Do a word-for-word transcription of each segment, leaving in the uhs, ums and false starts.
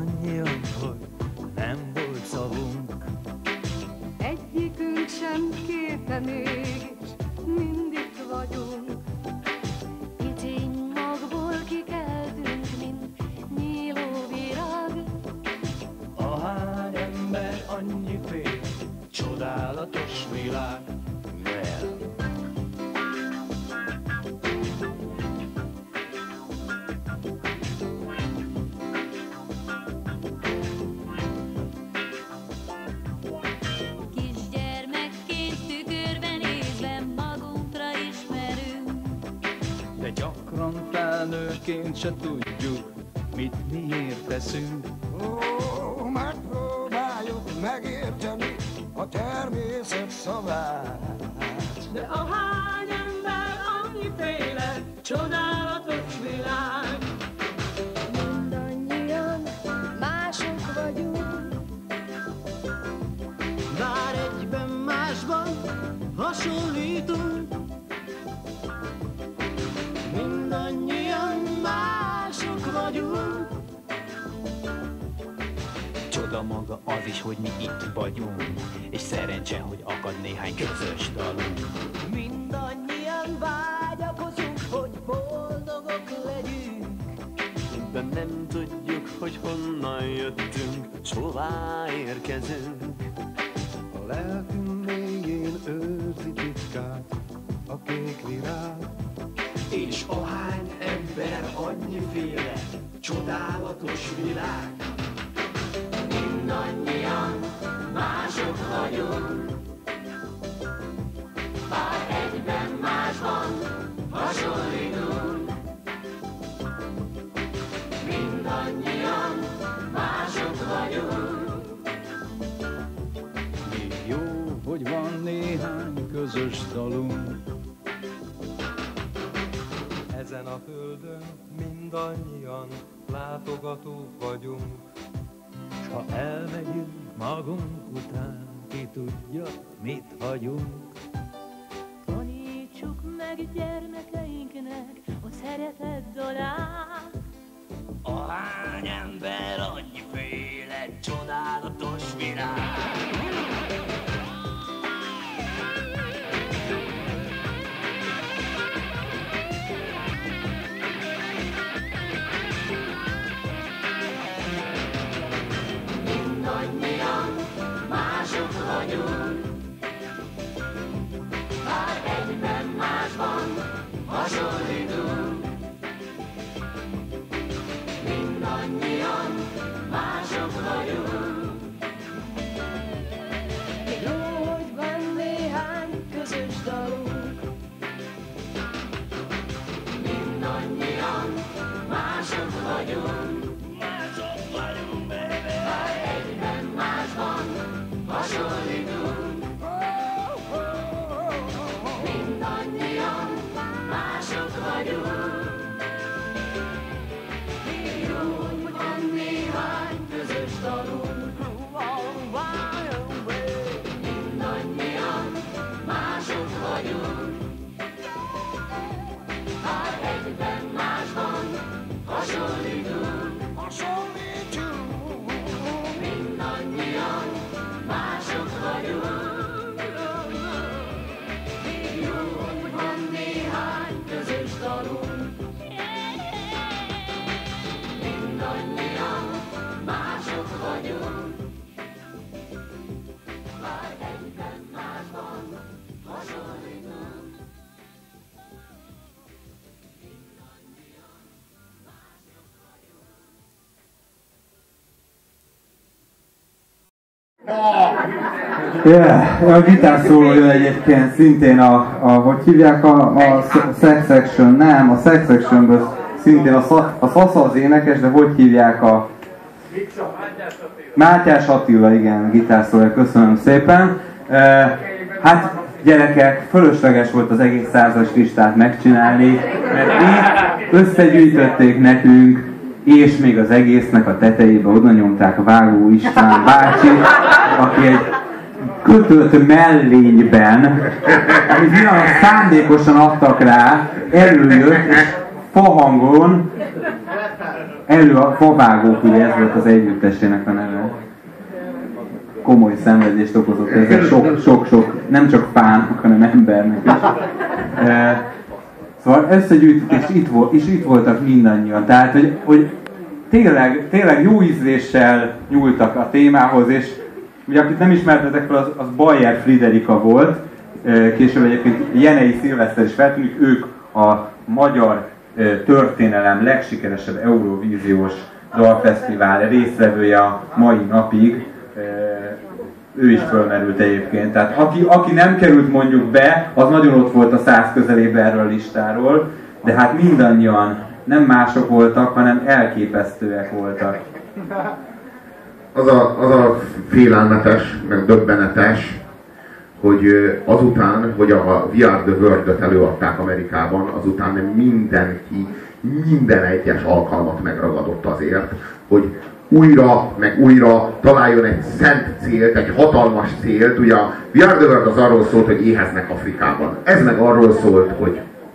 Mindannyian, hogy nem volt szavunk. Egyikünk sem kérte, mégis mind itt vagyunk. Pici magból kikeltünk, mint nyíló virág. Ahány ember, annyi fél, csodálatos világ. Well. Gyakran felnőttként se tudjuk, mit miért teszünk. Ó, megpróbáljuk megérteni a természet szavát. De ahány ember, annyiféle csodálatos világ. Mindannyian mások vagyunk. Bár egyben másban hasonlítunk. Mindannyian mások vagyunk. Csoda maga az is, hogy mi itt vagyunk, és szerencse, hogy akad néhány közös dalunk. Mindannyian vágyakozunk, hogy boldogok legyünk. De nem tudjuk, hogy honnan jöttünk, s hová érkezünk. A lelkünk mélyén őrzi titkát a kék virág. És ahány ember, annyiféle csodálatos világ. Mindannyian mások vagyunk. Bár egyben másban hasonlítunk. Mindannyian mások vagyunk. Mi jó, hogy van néhány közös dalunk. Ezen a földön mindannyian látogatók vagyunk. S ha elmegyünk magunk után, ki tudja, mit hagyunk. Tanítsuk meg gyermekeinknek a szeretet dalát. Ahány ember, annyiféle csodálatos világ. Mindannyian mások vagyunk. Bár egyben másban hasonlítunk. Mindannyian mások vagyunk. Jó, hogy van néhány közös dalunk. Mindannyian mások vagyunk. Mások vagyunk, baby. Bár egyben másban hasonlítunk. Mindannyian mások vagyunk. Jó, hogy van néhány közös dalunk. Mindannyian mások vagyunk. Bár egyben másban hasonlítunk. Mindannyian mások vagyunk. Jó, hogy van néhány közös dalunk. Mindannyian mások vagyunk. Bár egyben másban hasonlítunk. Yeah, a gitárszólója egyébként szintén a, a hogy hívják a, a Sex Action, nem, a Sex Actionből szintén a, a Szasza az énekes, de hogy hívják a... Mátyás Attila, igen, gitárszólója, köszönöm szépen. Uh, hát gyerekek, fölösleges volt az egész százas listát megcsinálni, mert itt összegyűjtötték nekünk, és még az egésznek a tetejébe oda nyomták a Vágó István bácsi, aki egy kötött mellényben, amit milyen szándékosan adtak rá, előjött, és fahangon elő a favágók, ugye ez volt az együttesének a neve. Komoly szenvedést okozott ez sok-sok, nem csak fának, hanem embernek is. E, szóval összegyűjtük, és itt, volt, és itt voltak mindannyian. Tehát, hogy, hogy tényleg, tényleg jó ízléssel nyúltak a témához, és ugye akit nem ismertetek fel, az, az Bayer Friderika volt, később egyébként Jenei Szilveszter is feltűnik, ők a magyar történelem legsikeresebb Eurovíziós dalfesztivál résztvevője a mai napig. Ő is fölmerült egyébként. Tehát aki, aki nem került mondjuk be, az nagyon ott volt a száz közelében erről a listáról, de hát mindannyian nem mások voltak, hanem elképesztőek voltak. Az a, az a félelmetes, meg döbbenetes, hogy azután, hogy a We Are The World-öt előadták Amerikában, azután mindenki minden egyes alkalmat megragadott azért, hogy újra, meg újra találjon egy szent célt, egy hatalmas célt. Ugye a We Are The World az arról szólt, hogy éheznek Afrikában. Ez meg arról szólt, hogy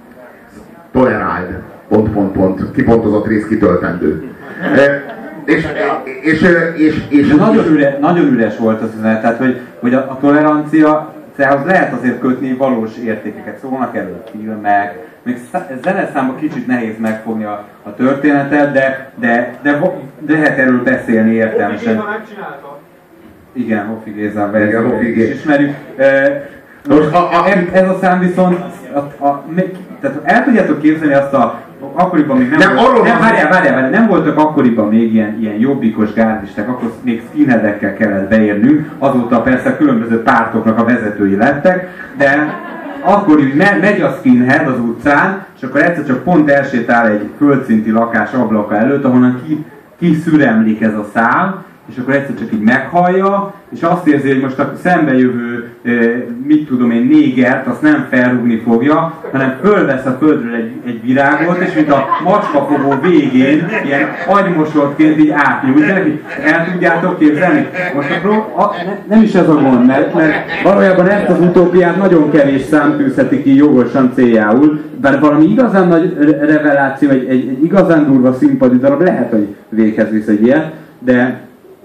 toleráld, pont, pont, pont, kipontozott rész kitöltendő. E, és, és, és, és, és nagyon, üres, nagyon üres volt az üzenet, tehát hogy, hogy a, a tolerancia, tehát lehet azért kötni valós értékeket, szólnak elő a filmek, még zeneszámban kicsit nehéz megfogni a, a történetet, de, de, de, de lehet erről beszélni értelmesen. Hofi Géza megcsinálta. Igen, Hofi Géza verziót is ismerjük. E, Most a, a, ez a szám viszont, a, a, tehát el tudjátok képzelni azt a, akkoriban még nem, nem, volt, nem, várjál, várjál, várjál, nem voltak akkoriban még ilyen, ilyen jobbikos gárdisták, akkor még skinheadekkel kellett beérnünk, azóta persze különböző pártoknak a vezetői lettek, de akkor úgy me, megy a skinhead az utcán, és akkor egyszer csak pont elsétál egy földszinti lakás ablaka előtt, ahonnan ki, ki szüremlik ez a szám, és akkor egyszer csak így meghallja, és azt érzi, hogy most a szembejövő, mit tudom én, négert, azt nem felrúgni fogja, hanem fölvesz a földről egy, egy virágot, és mint a macskafogó végén, ilyen agymosortként így átnyújtják, el tudjátok képzelni? Most a, a, ne, nem is ez a gond, mert, mert valójában ezt az utópiát nagyon kevés szám tűzheti ki jogosan céljául, bár valami igazán nagy reveláció, egy, egy, egy igazán durva színpadi darab lehet, hogy véghez visz egy ilyet, de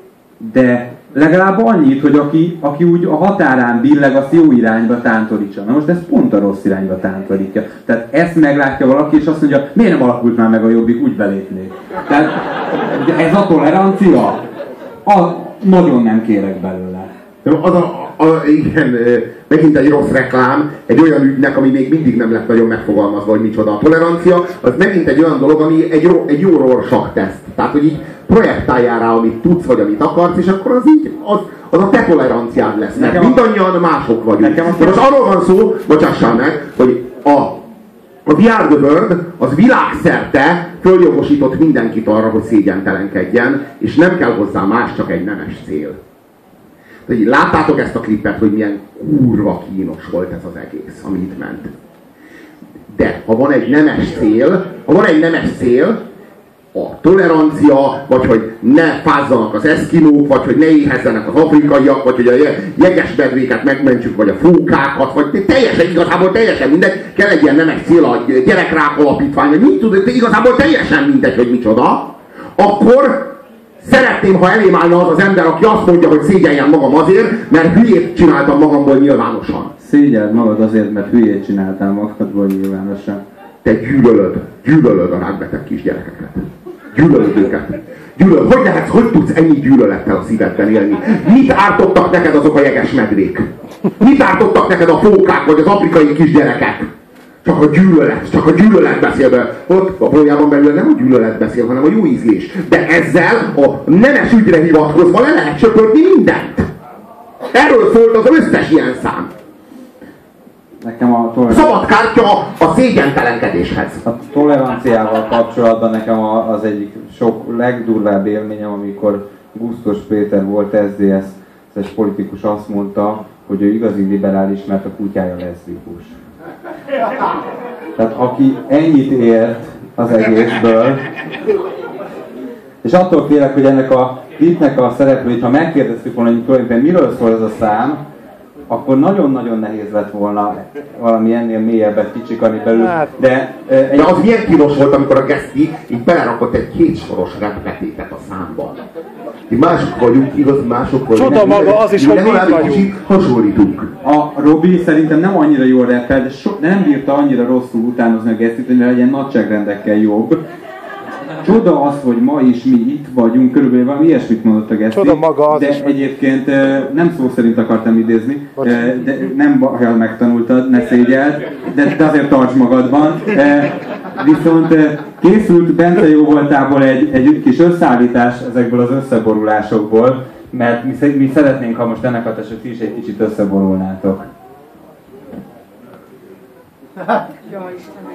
de legalább annyit, hogy aki, aki úgy a határán billeg, azt jó irányba tántorítsa. Na most ez pont a rossz irányba tántorítja. Tehát ezt meglátja valaki, és azt mondja, miért nem alakult már meg a Jobbik, úgy belépnék. Tehát ez a tolerancia? A, nagyon nem kérek belőle. Az a, a, igen, megint egy rossz reklám egy olyan ügynek, ami még mindig nem lett nagyon megfogalmazva, hogy micsoda a tolerancia, az megint egy olyan dolog, ami egy, egy jó Rorschach teszt. Tehát, hogy így projektáljál rá, amit tudsz, vagy amit akarsz, és akkor az így, az, az a te toleranciád lesz. Mert mindannyian mások vagyunk. De most arról van szó, bocsássál meg, hogy a, a We Are The World az világszerte följogosított mindenkit arra, hogy szégyentelenkedjen, és nem kell hozzá más, csak egy nemes cél. Tehát, láttátok ezt a klippet, hogy milyen kurva kínos volt ez az egész, ami itt ment. De ha van egy nemes cél, ha van egy nemes cél, a tolerancia, vagy hogy ne fázzanak az eszkimók, vagy hogy ne éhezzenek az afrikaiak, vagy hogy a jegesmedvéket megmentsük, vagy a fókákat, vagy teljesen, igazából teljesen mindegy, kell egy ilyen nemes cél, a gyerekrák alapítvány, vagy mit tudod, de igazából teljesen mindegy, hogy micsoda, akkor szeretném, ha elém állna az az ember, aki azt mondja, hogy szégyeljem magam azért, mert hülyét csináltam magamból nyilvánosan. Szégyeld magad azért, mert hülyét csináltál magadból nyilvánosan. Te gyűlölöd, gyűlölöd a rákbeteg kisgyerekeket. Gyűlölöd őket. Gyűlölöd. Hogy lehetsz, hogy tudsz ennyi gyűlölettel a szívedben élni? Mit ártottak neked azok a jegesmedvék? Mit ártottak neked a fókák, vagy az afrikai kisgyerekek? Csak a gyűlölet, csak a gyűlölet beszél be. Ott a valójában belül nem a gyűlölet beszél, hanem a jó ízlés. De ezzel a nemes ügyre hivatkozva le lehet söpörni mindent. Erről szólt az összes ilyen szám. Nekem a tolerancia... Szabad kártya a szégyentelenkedéshez. A toleranciával kapcsolatban nekem az egyik sok legdurvább élményem, amikor Gusztos Péter volt es zé es-es politikus, azt mondta, hogy ő igazi liberális, mert a kutyája leszbikus. Tehát aki ennyit ért az egészből, és attól félek, hogy ennek a klipnek a szereplőit, ha megkérdeztük volna, hogy tulajdonképpen miről szól ez a szám, akkor nagyon-nagyon nehéz lett volna valami ennél mélyebbet kicsikani belül, de... Egy... De az milyen kínos volt, amikor a Geszti így belerakott egy kétsoros repbetétet a számban. Mi mások vagyunk, igaz, mások vagyunk. Csoda maga az is, hogy mi vagyunk. Kicsit hasonlítunk. A Robi szerintem nem annyira jól rappel, de, so, de nem bírta annyira rosszul utánozni a Gesztit, hogy legyen nagyságrendekkel jobb. Csoda az, hogy ma is mi itt vagyunk, körülbelül valami ilyesmit mondott a Geszti. Csoda maga az de is, egyébként nem szó szerint akartam idézni, de nem baj, ha megtanultad, ne szégyeld, de, de azért tarts magadban. Viszont készült Bence Jóvoltából egy, egy kis összeállítás ezekből az összeborulásokból, mert mi, mi szeretnénk, ha most ennek hatásra ti is egy kicsit összeborulnátok. Jaj, Istenem!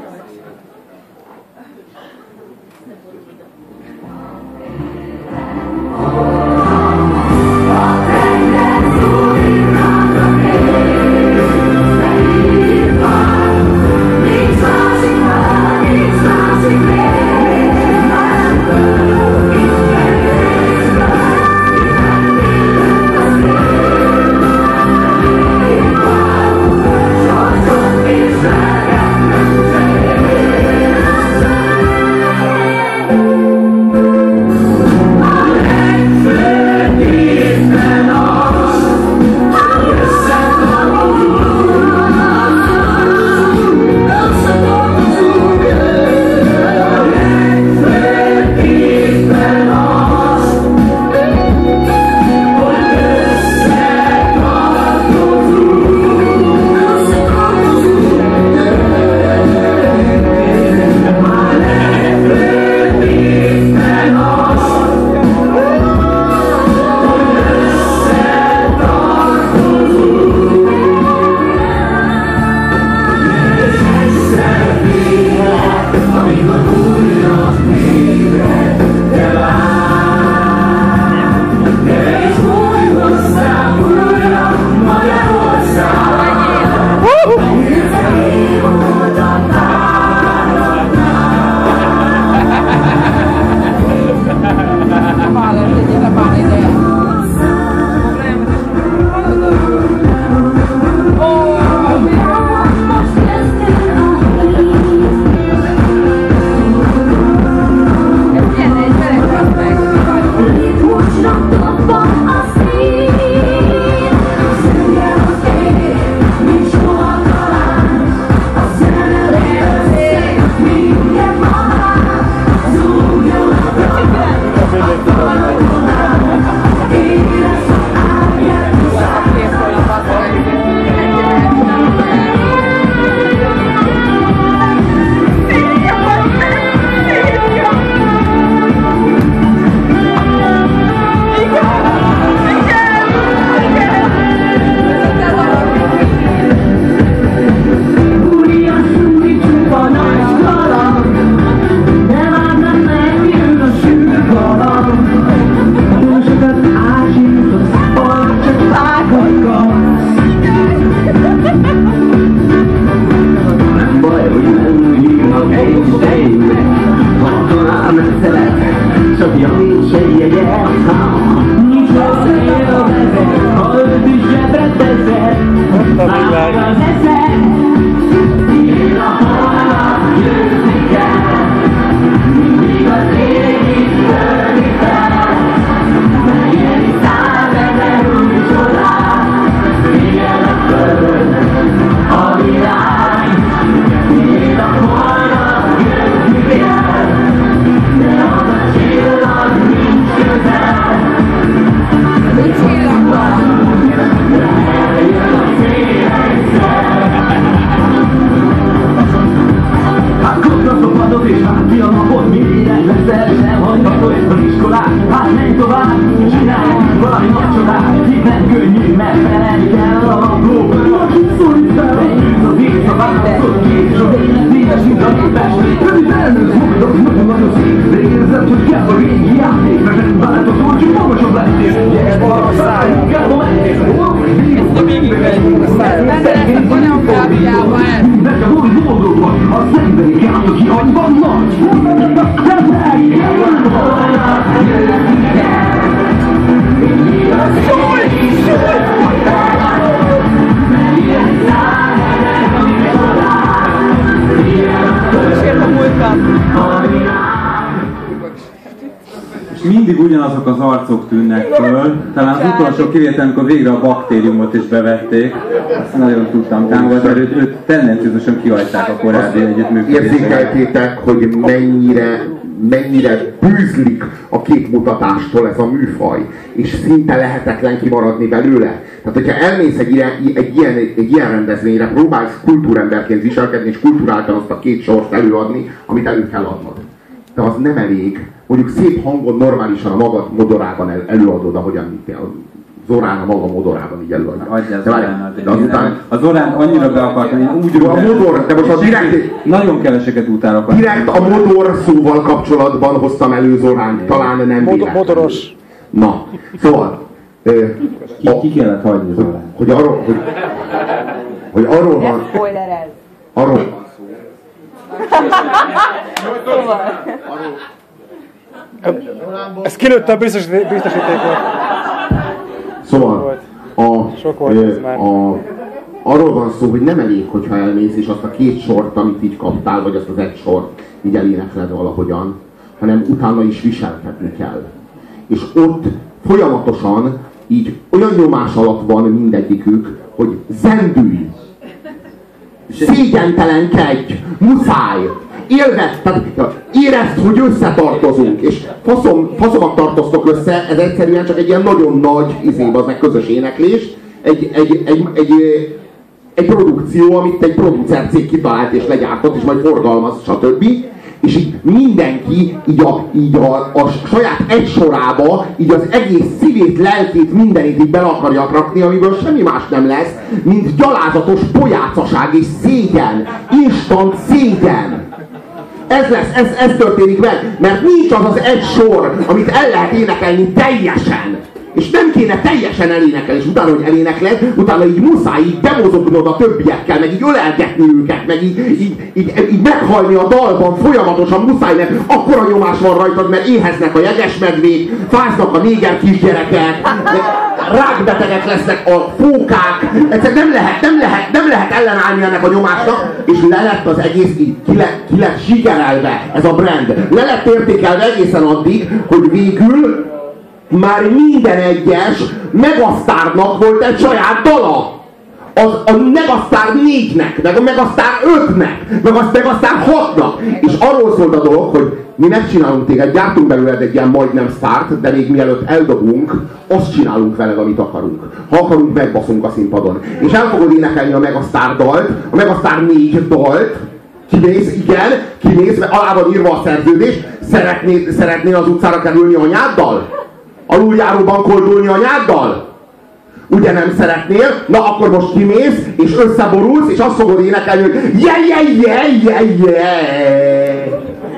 mindig ugyanazok az arcok tűnnek föl. Talán az utolsó kivétel, amikor végre a baktériumot is bevették. Azt nagyon tudtam támogatni, mert őt, őt tendenciózusan kihagyták a korábbi együttműködéseket. Érzékeltétek, hogy mennyire, mennyire bűzlik a képmutatástól ez a műfaj, és szinte lehetetlen kimaradni belőle. Tehát, hogyha elmész egy ilyen, egy ilyen, egy ilyen rendezvényre, próbálsz kultúremberként viselkedni, és kulturáltan azt a két sort előadni, amit elő kell adnod. De az nem elég. Mondjuk szép hangon normálisan a magad modorában el, előadod, ahogyan Zorán a maga modorában így előadja. Hagyja Zorán, de azután... A Zorán annyira be akartam, én úgy a modor, de most a direkt... Nagyon keveseket utálok. Direkt a modor szóval kapcsolatban hoztam elő Zoránt, talán nem véletlenül. Modoros. Na, szóval... Ki, a, ki kellett hagyni Zorán? Hogy arról, hogy, hogy arról van... Spoilerez. Arról van szó. Ez kilőtte a biztosítékot. Szóval a, a, arról van szó, hogy nem elég, hogyha elmész, és azt a két sort, amit így kaptál, vagy azt az egy sort így elénekled valahogyan, hanem utána is viselkedni kell. És ott folyamatosan így olyan nyomás alatt van mindegyikük, hogy zendülj, szégyentelenkedj, muszáj, élved, tehát érezd, hogy összetartozunk, és faszom, faszomat tartoztok össze, ez egyszerűen csak egy ilyen nagyon nagy izéb, az meg közös éneklés, egy, egy, egy, egy, egy produkció, amit egy producercég kitalált és legyártott, és majd forgalmaz, stb. És így mindenki így a, így a, a saját egy sorába, így az egész szívét, lelkét, mindenit így bele akarja rakni, amiből semmi más nem lesz, mint gyalázatos pojácaság és szégyen, instant szégyen. Ez lesz, ez, ez történik meg, mert nincs az az egy sor, amit el lehet énekelni teljesen. És nem kéne teljesen elénekelni, és utána, hogy elénekled, utána így muszáj így bemozognod a többiekkel, meg így ölelgetni őket, meg így, így, így, így meghalni a dalban folyamatosan muszáj, mert akkora nyomás van rajtad, mert éheznek a jegesmedvék, fáznak a néger kisgyerekek, rákbetegek lesznek a fókák, egyszerűen nem lehet, nem lehet, nem lehet ellenállni ennek a nyomásnak, és le lett az egész így, ki lett, ki lett sikerelve ez a brand. Le lett értékelve egészen addig, hogy végül már minden egyes Megasztárnak volt egy saját dala. Az, a Megasztár négynek, meg a Megasztár ötnek, meg a Megasztár hatnak. És arról szólt a dolog, hogy mi megcsinálunk téged, gyártunk belőled egy ilyen majdnem sztárt, de még mielőtt eldobunk, azt csinálunk veled, amit akarunk. Ha akarunk, megbaszunk a színpadon. És el fogod énekelni a Megasztár dalt, a Megasztár négy dalt, kimész, igen, kimész, mert alá van írva a szerződés, szeretnéd, szeretnél az utcára kerülni anyáddal? Aluljáróban koldulni anyáddal? Ugye nem szeretnél? Na akkor most kimész, és összeborulsz, és azt fogod énekelni, hogy yeah, yeah, yeah, yeah, yeah.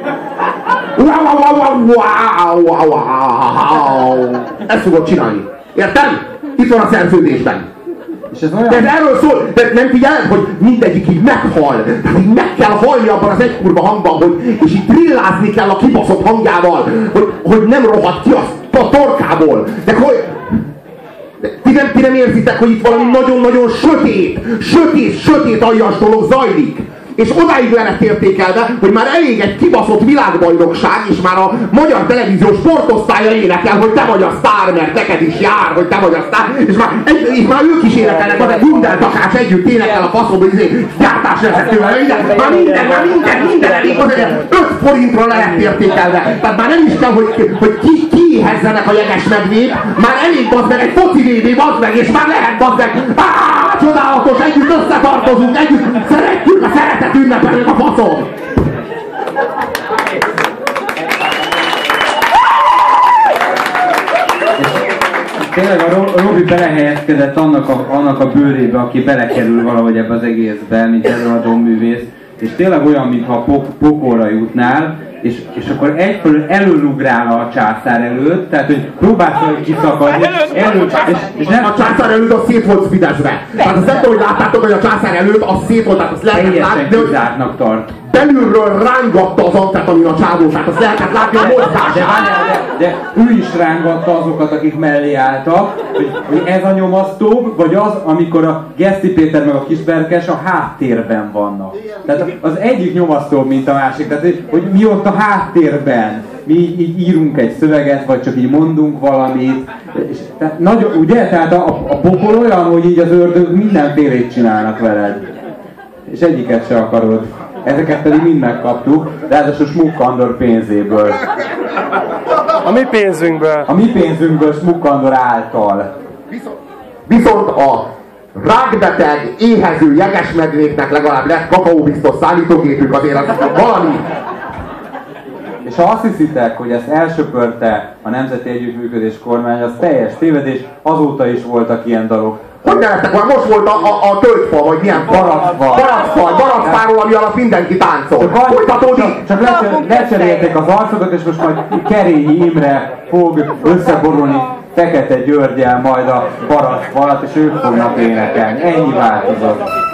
Wow, wow, wow, wow, wow, wow. Ezt fogod csinálni. Érted? Itt van a szerződésben. És ez olyan... De ez erről szól, de nem figyeled, hogy mindegyik így meghal. Tehát így meg kell halni abban az egy kurva hangban, hogy, és így trillázni kell a kibaszott hangjával, hogy, hogy nem rohadt ki a, a torkából. De hogy... De ti, nem, ti nem érzitek, hogy itt valami nagyon-nagyon sötét, sötét, sötét aljas dolog zajlik. És odáig le lett értékelve, hogy már elég egy kibaszott világbajnokság, és már a magyar televízió sportosztálya énekel, hogy te vagy a sztár, mert neked is jár, hogy te vagy a sztár, és már, egy, és már ők is énekelnek, az egy Gundel Takács együtt énekel a faszomba, izé, gyártásvezetővel, minden, már minden, már minden, minden elég, az öt forintról le lett értékelve. Tehát már nem is kell, hogy, hogy ki, ki éhezzenek a jegesmedvék, már elég bazd meg egy foci vé bé, bazd meg, és már lehet bazd meg, áááá, csodálatos, együtt összetartozunk, együtt szeretjük a szeretet ünnepeljük a faszom! Tényleg a Robi belehelyezkedett annak a, annak a bőrébe, aki belekerül valahogy ebbe az egészbe, mint előadó művész, és tényleg olyan, mintha pok, pokolra jutnál, és, és akkor egyfelől előugrál a császár előtt, tehát hogy próbálsz valahogy kiszakadni, elő, és, és nem... A császár előtt az szét volt szpidezve. Tehát azt nem tudom, hogy láttátok, hogy a császár előtt az szét volt, tehát azt lehetett látni, de kizártnak tart. Belülről rángatta az amfetamin a csávó, tehát azt lehetett látni a mozgását. De, de, de ő is rángatta azokat, akik mellé álltak, hogy, hogy ez a nyomasztóbb, vagy az, amikor a Geszti Péter meg a Kisberkes a háttérben vannak. Tehát az egyik nyomasztóbb, mint a másik. Tehát, hogy mi ott a háttérben. mi így, így írunk egy szöveget, vagy csak így mondunk valamit. És, tehát nagyon, ugye? Tehát a, a pokol olyan, hogy így az ördög mindenfélét csinálnak veled. És egyiket se akarod. Ezeket pedig mind megkaptuk, ráadásul Smuk Andor pénzéből. A mi pénzünkből. A mi pénzünkből Smuk Andor által. Viszont, viszont a rákbeteg, éhező jegesmedvéknek legalább lett kakaóbiztos szállítógépük, azért az valami. És ha azt hiszitek, hogy ezt elsöpörte a Nemzeti Együttműködés kormány, az teljes tévedés, azóta is voltak ilyen dalok. Hogy ne lettek volna? Most volt a, a, a tölgyfa, vagy milyen baracfa. Baracfa, baracfáról, ami alatt mindenki táncol. Folytatódik! Csak, csak lecserélték az arcokat, és most majd Kerényi Imre fog összeborulni Fekete Györgyel majd a baracfa alatt, és ők fognak énekelni. Ennyi változott.